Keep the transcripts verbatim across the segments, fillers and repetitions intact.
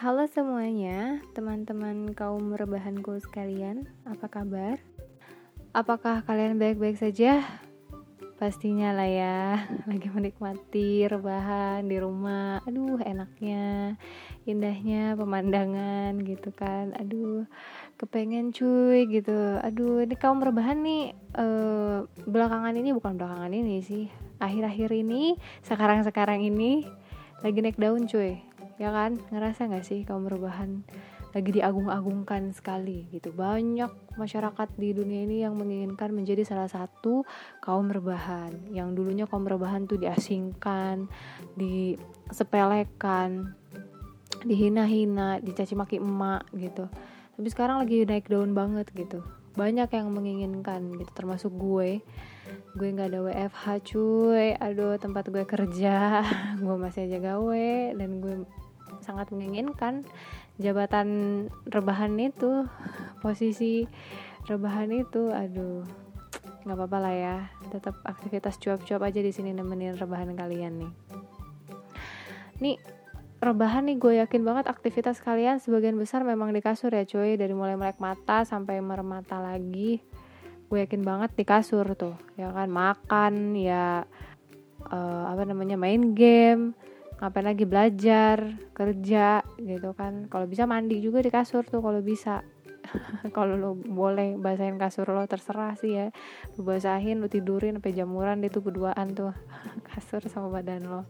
Halo semuanya, teman-teman kaum rebahanku sekalian, apa kabar? Apakah kalian baik-baik saja? Pastinya lah ya, lagi menikmati rebahan di rumah. Aduh, enaknya, indahnya pemandangan gitu kan. Aduh, kepengen cuy gitu. Aduh, ini kaum rebahan nih eh, belakangan ini bukan belakangan ini sih. Akhir-akhir ini, sekarang-sekarang ini lagi naik daun cuy. Ya kan, ngerasa gak sih kaum rebahan lagi diagung-agungkan sekali gitu. Banyak masyarakat di dunia ini yang menginginkan menjadi salah satu kaum rebahan. Yang dulunya kaum rebahan tuh diasingkan, disepelekan, dihina-hina, dicaci maki emak gitu. Tapi sekarang lagi naik daun banget gitu. Banyak yang menginginkan gitu, termasuk gue. Gue gak ada W F H cuy. Aduh, tempat gue kerja gue masih aja gawe. Dan gue sangat menginginkan jabatan rebahan itu, posisi rebahan itu. Aduh, nggak apa-apa lah ya, tetap aktivitas cuap-cuap aja di sini nemenin rebahan kalian nih. Nih rebahan nih, gue yakin banget aktivitas kalian sebagian besar memang di kasur ya cuy, dari mulai melek mata sampai merem mata lagi. Gue yakin banget di kasur tuh, ya kan, makan ya, uh, apa namanya, main game, ngapain lagi, belajar, kerja gitu kan. Kalau bisa mandi juga di kasur tuh kalau bisa. Kalau lo boleh basahin kasur lo, terserah sih ya. Lo basahin, lo tidurin sampai jamuran deh tuh berduaan tuh kasur sama badan lo.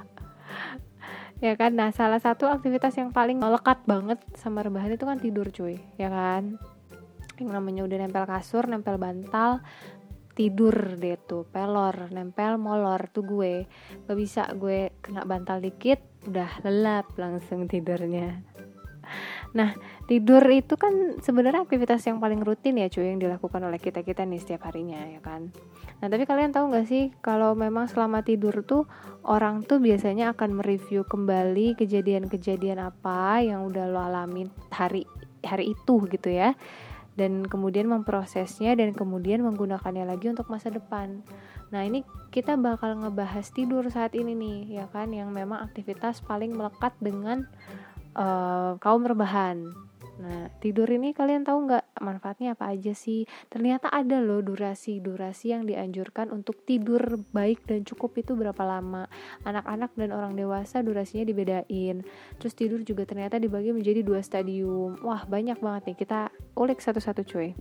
Ya kan. Nah, salah satu aktivitas yang paling melekat banget sama rebahan itu kan tidur cuy, ya kan. Yang namanya udah nempel kasur, nempel bantal, tidur deh tuh, pelor, nempel molor tuh gue. Gak bisa gue kena bantal dikit udah lelap langsung tidurnya. Nah, tidur itu kan sebenarnya aktivitas yang paling rutin ya cuy, yang dilakukan oleh kita-kita nih setiap harinya, ya kan. Nah, tapi kalian tahu gak sih kalau memang selama tidur tuh orang tuh biasanya akan mereview kembali kejadian-kejadian apa yang udah lo alamin hari hari itu gitu ya, dan kemudian memprosesnya dan kemudian menggunakannya lagi untuk masa depan. Nah, ini kita bakal ngebahas tidur saat ini nih, ya kan, yang memang aktivitas paling melekat dengan uh, kaum rebahan. Nah, tidur ini kalian tahu nggak manfaatnya apa aja sih? Ternyata ada loh durasi-durasi yang dianjurkan untuk tidur baik dan cukup itu berapa lama. Anak-anak dan orang dewasa durasinya dibedain. Terus tidur juga ternyata dibagi menjadi dua stadium. Wah, banyak banget nih, kita ulik satu-satu cuy.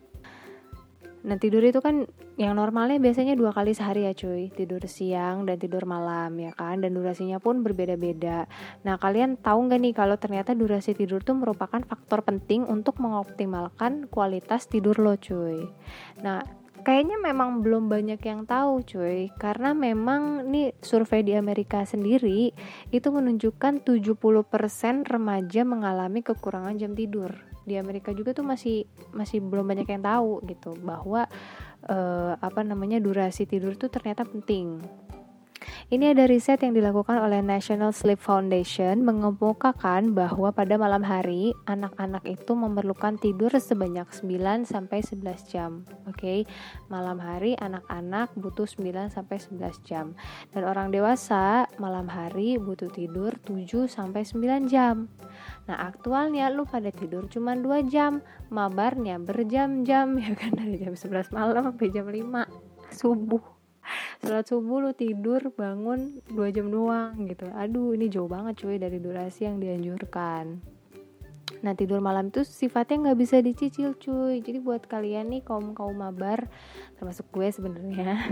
Nah, tidur itu kan yang normalnya biasanya dua kali sehari ya cuy, tidur siang dan tidur malam, ya kan, dan durasinya pun berbeda-beda. Nah, kalian tahu nggak nih kalau ternyata durasi tidur tuh merupakan faktor penting untuk mengoptimalkan kualitas tidur lo cuy. Nah, kayaknya memang belum banyak yang tahu cuy, karena memang nih survei di Amerika sendiri itu menunjukkan tujuh puluh persen remaja mengalami kekurangan jam tidur. Di Amerika juga tuh masih masih belum banyak yang tahu gitu bahwa eh, apa namanya durasi tidur tuh ternyata penting. Ini ada riset yang dilakukan oleh National Sleep Foundation mengemukakan bahwa pada malam hari anak-anak itu memerlukan tidur sebanyak sembilan sampai sebelas jam. Oke, okay? Malam hari anak-anak butuh sembilan sampai sebelas jam. Dan orang dewasa malam hari butuh tidur tujuh sampai sembilan jam. Nah, aktualnya lu pada tidur cuma dua jam, mabarnya berjam-jam, ya kan, dari jam sebelas malam sampai jam lima subuh. Salat subuh lu tidur bangun dua jam doang gitu. Aduh, ini jauh banget cuy dari durasi yang dianjurkan. Nah, tidur malam itu sifatnya nggak bisa dicicil cuy. Jadi buat kalian nih kaum kaum mabar, termasuk gue sebenarnya,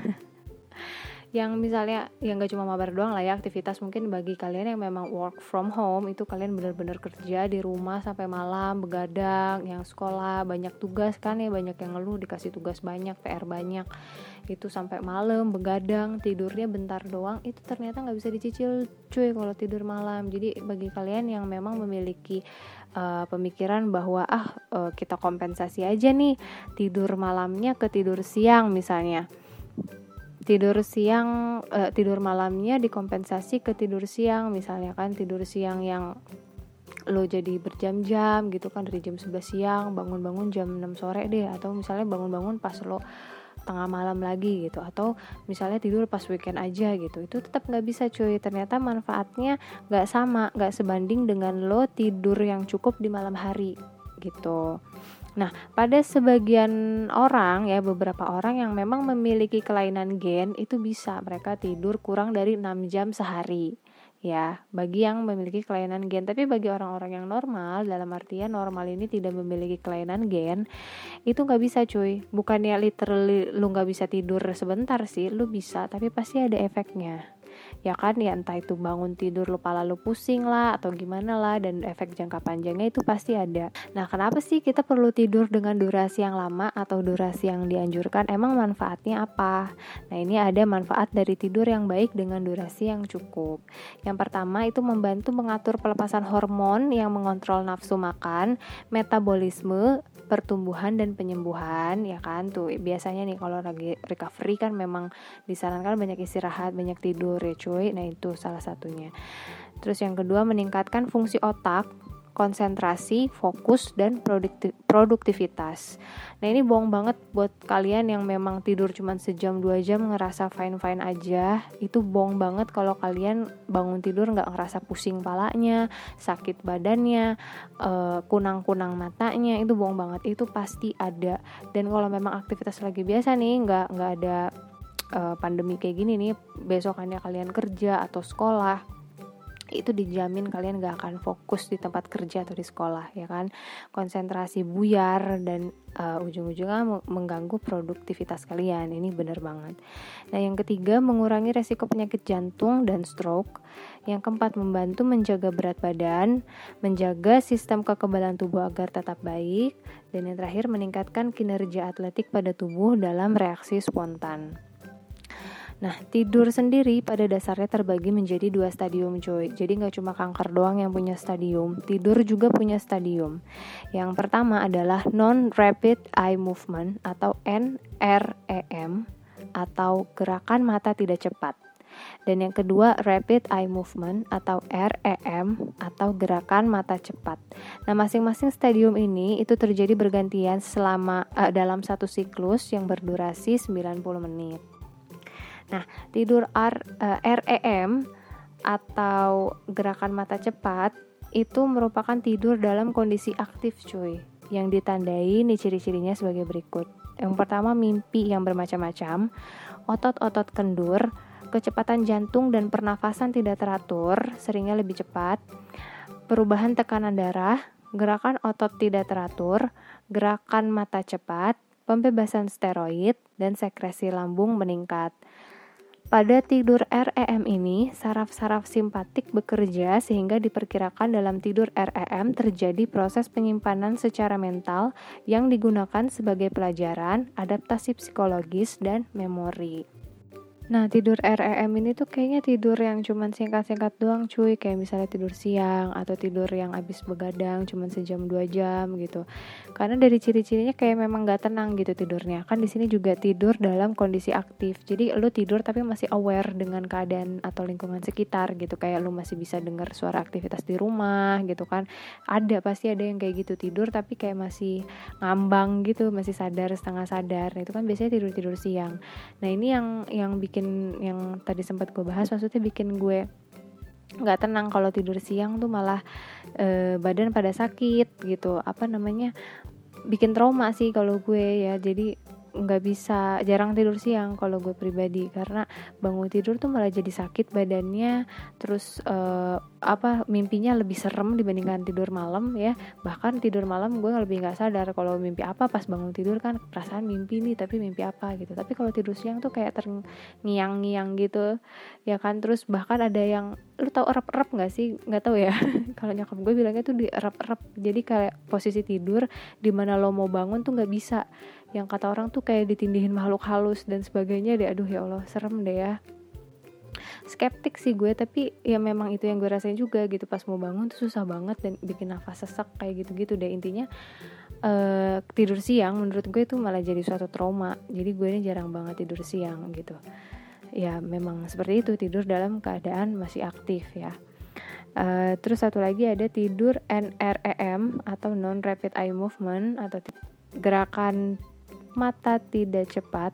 yang misalnya yang gak cuma mabar doang lah ya, aktivitas mungkin bagi kalian yang memang work from home, itu kalian benar-benar kerja di rumah sampai malam begadang, yang sekolah banyak tugas kan ya, banyak yang ngeluh dikasih tugas banyak, P R banyak, itu sampai malam begadang, tidurnya bentar doang, itu ternyata gak bisa dicicil cuy kalau tidur malam. Jadi bagi kalian yang memang memiliki uh, pemikiran bahwa ah uh, kita kompensasi aja nih tidur malamnya ke tidur siang misalnya, tidur siang uh, tidur malamnya dikompensasi ke tidur siang misalnya kan, tidur siang yang lo jadi berjam-jam gitu kan, dari jam sebelas siang bangun-bangun jam enam sore deh, atau misalnya bangun-bangun pas lo tengah malam lagi gitu, atau misalnya tidur pas weekend aja gitu, itu tetap nggak bisa cuy. Ternyata manfaatnya nggak sama, nggak sebanding dengan lo tidur yang cukup di malam hari gitu. Nah, pada sebagian orang ya, beberapa orang yang memang memiliki kelainan gen itu bisa mereka tidur kurang dari enam jam sehari. Ya, bagi yang memiliki kelainan gen. Tapi bagi orang-orang yang normal, dalam artian normal ini tidak memiliki kelainan gen, itu nggak bisa cuy. Bukannya literally lu nggak bisa tidur sebentar sih, lu bisa, tapi pasti ada efeknya. Ya kan, ya entah itu bangun tidur lu pala lu pusing lah atau gimana lah, dan efek jangka panjangnya itu pasti ada. Nah, kenapa sih kita perlu tidur dengan durasi yang lama atau durasi yang dianjurkan? Emang manfaatnya apa? Nah, ini ada manfaat dari tidur yang baik dengan durasi yang cukup. Yang pertama itu membantu mengatur pelepasan hormon yang mengontrol nafsu makan, metabolisme, pertumbuhan dan penyembuhan, ya kan. Tuh biasanya nih kalau lagi recovery kan memang disarankan banyak istirahat, banyak tidur ya cuy. Nah, itu salah satunya. Terus yang kedua, meningkatkan fungsi otak, konsentrasi, fokus, dan produktif, produktivitas. Nah, ini bohong banget buat kalian yang memang tidur cuma sejam dua jam ngerasa fine-fine aja. Itu bohong banget kalau kalian bangun tidur gak ngerasa pusing palanya, sakit badannya, uh, kunang-kunang matanya. Itu bohong banget, itu pasti ada. Dan kalau memang aktivitas lagi biasa nih, gak, gak ada uh, pandemi kayak gini nih, besokannya kalian kerja atau sekolah, itu dijamin kalian gak akan fokus di tempat kerja atau di sekolah, ya kan. Konsentrasi buyar dan uh, ujung-ujungnya mengganggu produktivitas kalian. Ini benar banget. Nah, yang ketiga, mengurangi resiko penyakit jantung dan stroke. Yang keempat, membantu menjaga berat badan, menjaga sistem kekebalan tubuh agar tetap baik. Dan yang terakhir, meningkatkan kinerja atletik pada tubuh dalam reaksi spontan. Nah, tidur sendiri pada dasarnya terbagi menjadi dua stadium coy. Jadi gak cuma kanker doang yang punya stadium, tidur juga punya stadium. Yang pertama adalah non-rapid eye movement atau N R E M atau gerakan mata tidak cepat. Dan yang kedua, rapid eye movement atau R E M atau gerakan mata cepat. Nah, masing-masing stadium ini itu terjadi bergantian selama uh, dalam satu siklus yang berdurasi sembilan puluh menit. Nah, tidur R, uh, R E M atau gerakan mata cepat itu merupakan tidur dalam kondisi aktif cuy, yang ditandai nih ciri-cirinya sebagai berikut. Yang pertama, mimpi yang bermacam-macam, otot-otot kendur, kecepatan jantung dan pernafasan tidak teratur, seringnya lebih cepat, perubahan tekanan darah, gerakan otot tidak teratur, gerakan mata cepat, pembebasan steroid, dan sekresi lambung meningkat. Pada tidur R E M ini, saraf-saraf simpatik bekerja sehingga diperkirakan dalam tidur R E M terjadi proses penyimpanan secara mental yang digunakan sebagai pelajaran, adaptasi psikologis, dan memori. Nah, tidur R E M ini tuh kayaknya tidur yang cuman singkat-singkat doang cuy, kayak misalnya tidur siang atau tidur yang abis begadang cuman sejam dua jam gitu. Karena dari ciri-cirinya kayak memang gak tenang gitu tidurnya. Kan di sini juga tidur dalam kondisi aktif. Jadi lu tidur tapi masih aware dengan keadaan atau lingkungan sekitar gitu, kayak lu masih bisa dengar suara aktivitas di rumah gitu kan. Ada, pasti ada yang kayak gitu, tidur tapi kayak masih ngambang gitu, masih sadar setengah sadar. Nah, itu kan biasanya tidur-tidur siang. Nah, ini yang yang bikin yang tadi sempat gue bahas, maksudnya bikin gue nggak tenang kalau tidur siang tuh, malah e, badan pada sakit gitu, apa namanya, bikin trauma sih kalau gue ya. Jadi nggak bisa, jarang tidur siang kalau gue pribadi, karena bangun tidur tuh malah jadi sakit badannya, terus uh, apa mimpinya lebih serem dibandingkan tidur malam ya. Bahkan tidur malam gue lebih nggak sadar kalau mimpi apa, pas bangun tidur kan perasaan mimpi nih tapi mimpi apa gitu. Tapi kalau tidur siang tuh kayak terngiang-ngiang gitu ya kan. Terus bahkan ada yang, lu tahu erep-erep nggak sih, nggak tahu ya kalau nyokap gue bilangnya tuh di erep-erep, jadi kayak posisi tidur dimana lo mau bangun tuh nggak bisa, yang kata orang tuh kayak ditindihin makhluk halus dan sebagainya deh. Aduh ya Allah, serem deh ya. Skeptik sih gue, tapi ya memang itu yang gue rasain juga gitu. Pas mau bangun tuh susah banget dan bikin nafas sesak kayak gitu-gitu deh. Intinya uh, tidur siang menurut gue itu malah jadi suatu trauma. Jadi gue ini jarang banget tidur siang gitu. Ya memang seperti itu, tidur dalam keadaan masih aktif ya. Uh, terus satu lagi ada tidur N R E M atau non rapid eye movement atau t- gerakan mata tidak cepat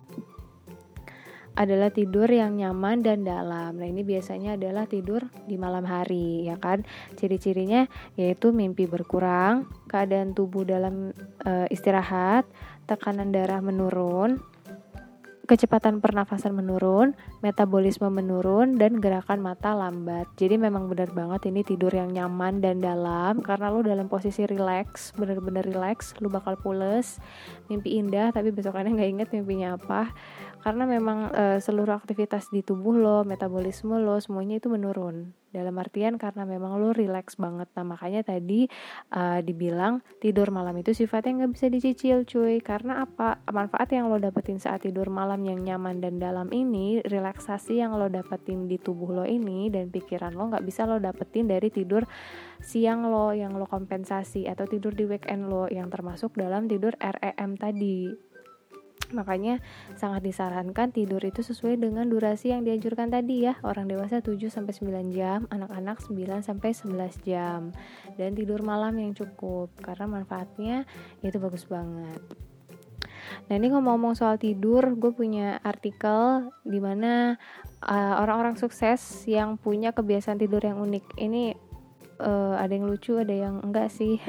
adalah tidur yang nyaman dan dalam. Nah, ini biasanya adalah tidur di malam hari, ya kan? Ciri-cirinya yaitu mimpi berkurang, keadaan tubuh dalam e, istirahat, tekanan darah menurun, kecepatan pernafasan menurun, metabolisme menurun, dan gerakan mata lambat. Jadi memang benar banget ini tidur yang nyaman dan dalam, karena lu dalam posisi relax, benar-benar relax, lu bakal pules, mimpi indah, tapi besokannya gak inget mimpinya apa. Karena memang e, seluruh aktivitas di tubuh lo, metabolisme lo, semuanya itu menurun. Dalam artian karena memang lo relax banget. Nah, makanya tadi e, dibilang tidur malam itu sifatnya gak bisa dicicil, cuy. Karena apa? Manfaat yang lo dapetin saat tidur malam yang nyaman dan dalam ini, relaksasi yang lo dapetin di tubuh lo ini dan pikiran lo gak bisa lo dapetin dari tidur siang lo yang lo kompensasi, atau tidur di weekend lo yang termasuk dalam tidur R E M tadi. Makanya sangat disarankan tidur itu sesuai dengan durasi yang dianjurkan tadi ya. Orang dewasa tujuh sampai sembilan jam, anak-anak sembilan sampai sebelas jam. Dan tidur malam yang cukup, karena manfaatnya itu bagus banget. Nah, ini ngomong-ngomong soal tidur, gue punya artikel di mana uh, orang-orang sukses yang punya kebiasaan tidur yang unik. Ini uh, ada yang lucu, ada yang enggak sih.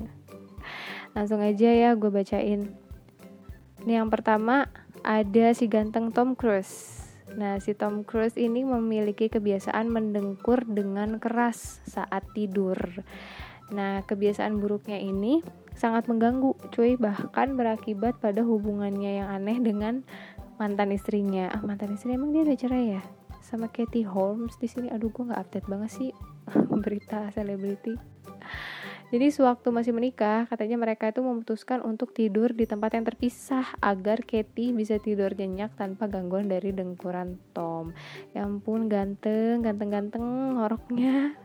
Langsung aja ya gue bacain. Ini yang pertama ada si ganteng Tom Cruise. Nah, si Tom Cruise ini memiliki kebiasaan mendengkur dengan keras saat tidur. Nah, kebiasaan buruknya ini sangat mengganggu, cuy, bahkan berakibat pada hubungannya yang aneh dengan mantan istrinya. Ah, mantan istri emang dia udah cerai ya? Sama Katie Holmes di sini. Aduh, gue nggak update banget sih berita selebriti. Jadi sewaktu masih menikah, katanya mereka itu memutuskan untuk tidur di tempat yang terpisah agar Katie bisa tidur nyenyak tanpa gangguan dari dengkuran Tom. Ya ampun, ganteng, ganteng-ganteng ngoroknya.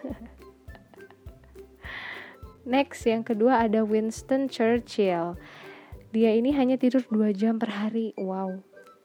Next, yang kedua ada Winston Churchill. Dia ini hanya tidur dua jam per hari. Wow.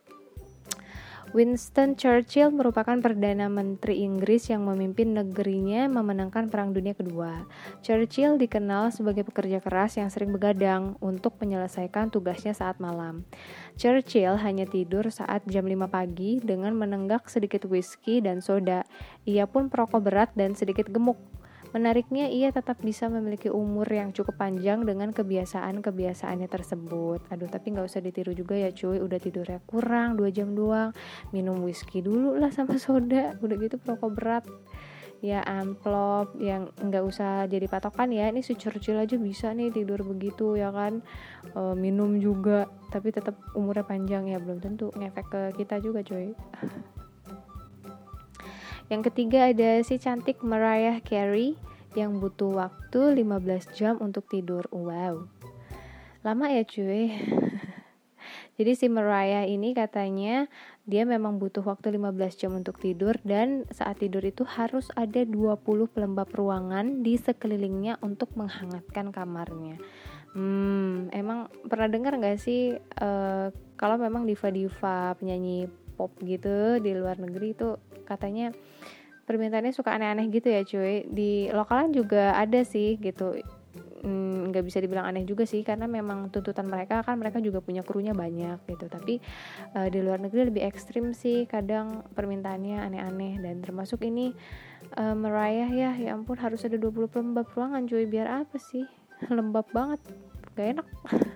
Winston Churchill merupakan Perdana Menteri Inggris yang memimpin negerinya memenangkan Perang Dunia Kedua. Churchill dikenal sebagai pekerja keras yang sering begadang untuk menyelesaikan tugasnya saat malam. Churchill hanya tidur saat jam lima pagi dengan menenggak sedikit whisky dan soda. Ia pun perokok berat dan sedikit gemuk. Menariknya, ia tetap bisa memiliki umur yang cukup panjang dengan kebiasaan-kebiasaannya tersebut. Aduh, tapi gak usah ditiru juga ya cuy, udah tidurnya kurang, dua jam doang. Minum whisky dulu lah sama soda, udah gitu perokok berat. Ya amplop, yang gak usah jadi patokan ya, ini si Churchill aja bisa nih tidur begitu ya kan. E, minum juga, tapi tetap umurnya panjang ya, belum tentu ngefek ke kita juga cuy. Yang ketiga ada si cantik Mariah Carey yang butuh waktu lima belas jam untuk tidur. Wow, lama ya cuy. Jadi si Mariah ini katanya dia memang butuh waktu lima belas jam untuk tidur, dan saat tidur itu harus ada dua puluh pelembab ruangan di sekelilingnya untuk menghangatkan kamarnya. Hmm, emang pernah dengar gak sih uh, kalau memang diva-diva penyanyi pop gitu di luar negeri itu katanya permintaannya suka aneh-aneh gitu ya cuy. Di lokalan juga ada sih gitu, hmm, gak bisa dibilang aneh juga sih, karena memang tuntutan mereka kan mereka juga punya krunya banyak gitu. Tapi uh, di luar negeri lebih ekstrim sih, kadang permintaannya aneh-aneh. Dan termasuk ini uh, Mariah ya, ya ampun harus ada dua puluh pelembab ruangan cuy. Biar apa sih, lembab banget, gak enak.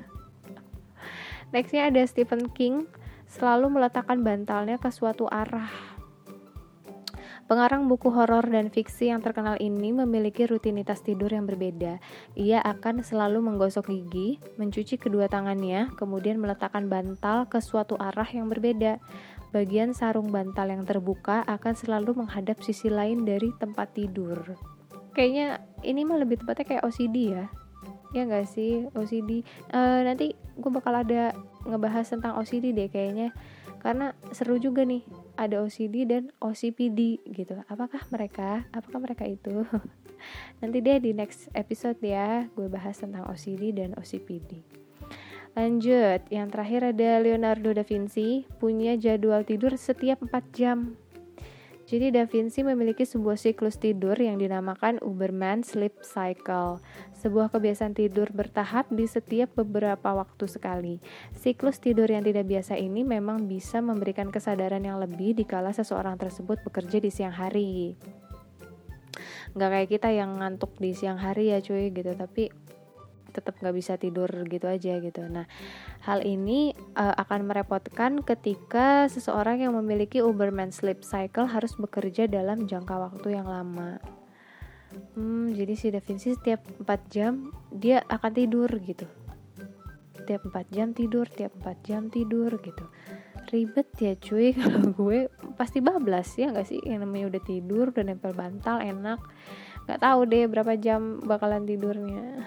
Nextnya ada Stephen King, selalu meletakkan bantalnya ke suatu arah. Pengarang buku horor dan fiksi yang terkenal ini memiliki rutinitas tidur yang berbeda. Ia akan selalu menggosok gigi, mencuci kedua tangannya, kemudian meletakkan bantal ke suatu arah yang berbeda. Bagian sarung bantal yang terbuka akan selalu menghadap sisi lain dari tempat tidur. Kayaknya ini mah lebih tepatnya kayak O C D ya. Ya gak sih, O C D. Uh, nanti gue bakal ada ngebahas tentang O C D deh kayaknya. Karena seru juga nih, ada O C D dan O C P D gitu. Apakah mereka? Apakah mereka itu? Nanti deh di next episode ya, gue bahas tentang O C D dan O C P D. Lanjut, yang terakhir ada Leonardo da Vinci, punya jadwal tidur setiap empat jam. Jadi Da Vinci memiliki sebuah siklus tidur yang dinamakan Uberman Sleep Cycle, sebuah kebiasaan tidur bertahap di setiap beberapa waktu sekali. Siklus tidur yang tidak biasa ini memang bisa memberikan kesadaran yang lebih dikala seseorang tersebut bekerja di siang hari. Nggak kayak kita yang ngantuk di siang hari ya cuy gitu, tapi tetap nggak bisa tidur gitu aja gitu. Nah, hal ini uh, akan merepotkan ketika seseorang yang memiliki Uberman Sleep Cycle harus bekerja dalam jangka waktu yang lama. Hmm, jadi si Da Vinci setiap empat jam dia akan tidur gitu. Tiap empat jam tidur, tiap empat jam tidur gitu. Ribet ya cuy, kalau gue pasti bablas ya nggak sih, yang namanya udah tidur, udah nempel bantal, enak. Nggak tahu deh berapa jam bakalan tidurnya.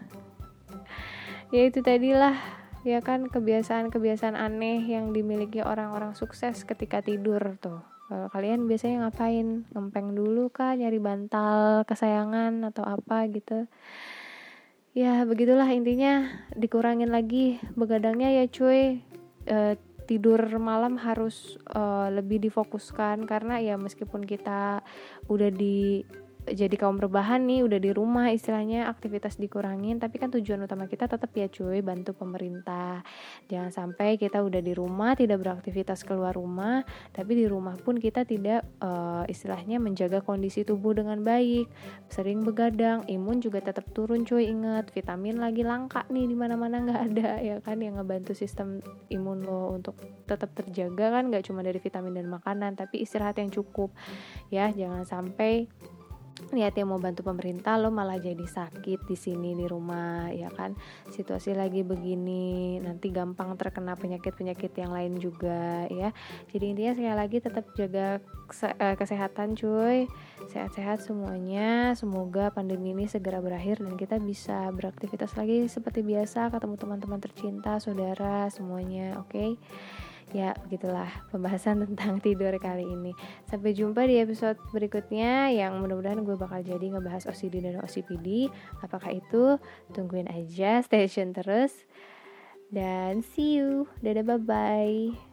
Ya itu tadilah ya kan kebiasaan-kebiasaan aneh yang dimiliki orang-orang sukses ketika tidur tuh. Kalau kalian biasanya ngapain? Ngempeng dulu kah, nyari bantal kesayangan atau apa gitu. Ya begitulah intinya, dikurangin lagi begadangnya ya cuy. E, tidur malam harus e, lebih difokuskan, karena ya meskipun kita udah di jadi kaum rebahan nih, udah di rumah istilahnya, aktivitas dikurangin, tapi kan tujuan utama kita tetap ya cuy, bantu pemerintah. Jangan sampai kita udah di rumah tidak beraktivitas keluar rumah, tapi di rumah pun kita tidak uh, istilahnya menjaga kondisi tubuh dengan baik, sering begadang, imun juga tetap turun cuy. Ingat, vitamin lagi langka nih, di mana-mana nggak ada ya kan, yang ngebantu sistem imun lo untuk tetap terjaga kan, nggak cuma dari vitamin dan makanan, tapi istirahat yang cukup ya. Jangan sampai niatnya mau bantu pemerintah lo malah jadi sakit di sini di rumah ya kan. Situasi lagi begini, nanti gampang terkena penyakit-penyakit yang lain juga ya. Jadi intinya sekali lagi tetap jaga kesehatan cuy, sehat-sehat semuanya. Semoga pandemi ini segera berakhir dan kita bisa beraktivitas lagi seperti biasa, ketemu teman-teman tercinta, saudara semuanya. Oke okay? Ya begitulah pembahasan tentang tidur kali ini. Sampai jumpa di episode berikutnya, yang mudah-mudahan gue bakal jadi ngebahas O C D dan O C P D. Apakah itu? Tungguin aja, stay tune terus. Dan see you. Dadah, bye-bye.